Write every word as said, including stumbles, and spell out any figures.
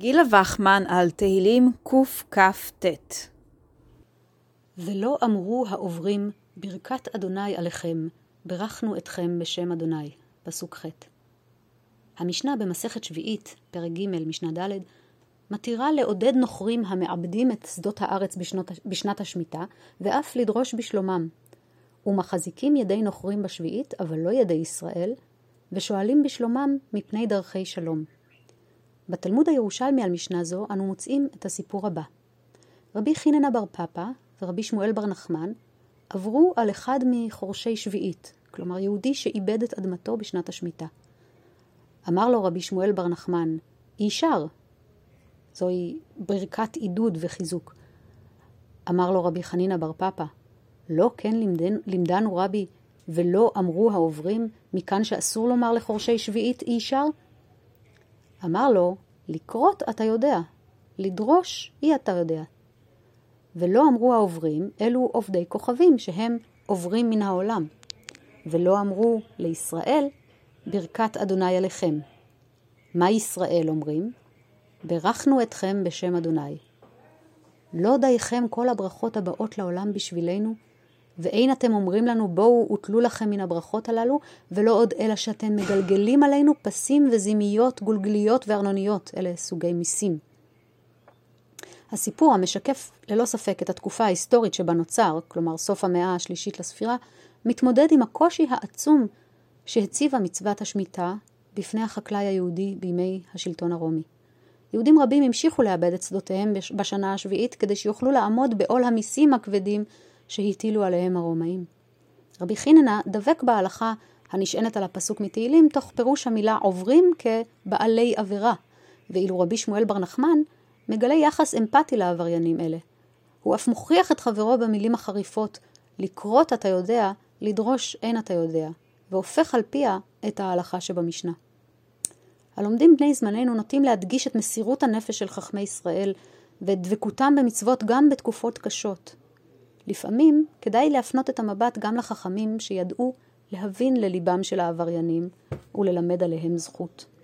גילה וחמן על תהילים קכ"ט. ולא אמרו העוברים ברכת אדוני עליכם, ברכנו אתכם בשם אדוני. פסוק ח'. המשנה במסכת שביעית, פרק ג' משנה ד', מתירה לעודד נוכרים המעבדים את שדות הארץ בשנות, בשנת השמיטה, ואף לדרוש בשלומם. ומחזיקים ידי נוכרים בשביעית, אבל לא ידי ישראל, ושואלים בשלומם מפני דרכי שלום. בתלמוד הירושלמי על משנה זו אנו מוצאים את הסיפור הבא. רבי חיננה בר פפא ורבי שמואל בר נחמן עברו על אחד מחורשי שביעית, כלומר יהודי שאיבד את אדמתו בשנת השמיטה. אמר לו רבי שמואל בר נחמן, אישר, זוהי ברכת עידוד וחיזוק. אמר לו רבי חנינא בר פפא, לא כן לימדן, לימדנו רבי, ולא אמרו העוברים מכאן שאסור לומר לחורשי שביעית אישר? אמר לו, לקרות אתה יודע, לדרוש אי אתה יודע. ולא אמרו העוברים, אלו עובדי כוכבים שהם עוברים מן העולם. ולא אמרו לישראל, ברכת אדוני עליכם. מה ישראל אומרים? ברכנו אתכם בשם אדוני. לא דייכם כל הברכות הבאות לעולם בשבילנו, ואין אתם אומרים לנו בואו ותלו לכם מן הברכות הללו, ולא עוד אלא שאתם מגלגלים עלינו פסים וזימיות, גולגליות וארנוניות, אלה סוגי מיסים. הסיפור המשקף ללא ספק את התקופה ההיסטורית שבה נוצר, כלומר סוף המאה השלישית לספירה, מתמודד עם הקושי העצום שהציבה מצוות השמיטה בפני החקלאי היהודי בימי השלטון הרומי. יהודים רבים המשיכו לאבד את שדותיהם בשנה השביעית כדי שיוכלו לעמוד בעול המיסים הכבדים שהטילו עליהם הרומאים. רבי חיננה דבק בהלכה הנשענת על הפסוק מתהילים תוך פירוש המילה עוברים כבעלי עבירה, ואילו רבי שמואל בר נחמן מגלה יחס אמפתי לעבריינים אלה. הוא אף מוכיח את חברו במילים החריפות, לקרות אתה יודע, לדרוש אין אתה יודע, והופך על פיה את ההלכה שבמשנה. הלומדים בני זמננו נוטים להדגיש את מסירות הנפש של חכמי ישראל ואת דבקותם במצוות גם בתקופות קשות. לפעמים כדאי להפנות את המבט גם לחכמים שידעו להבין לליבם של העבריינים וללמד עליהם זכות.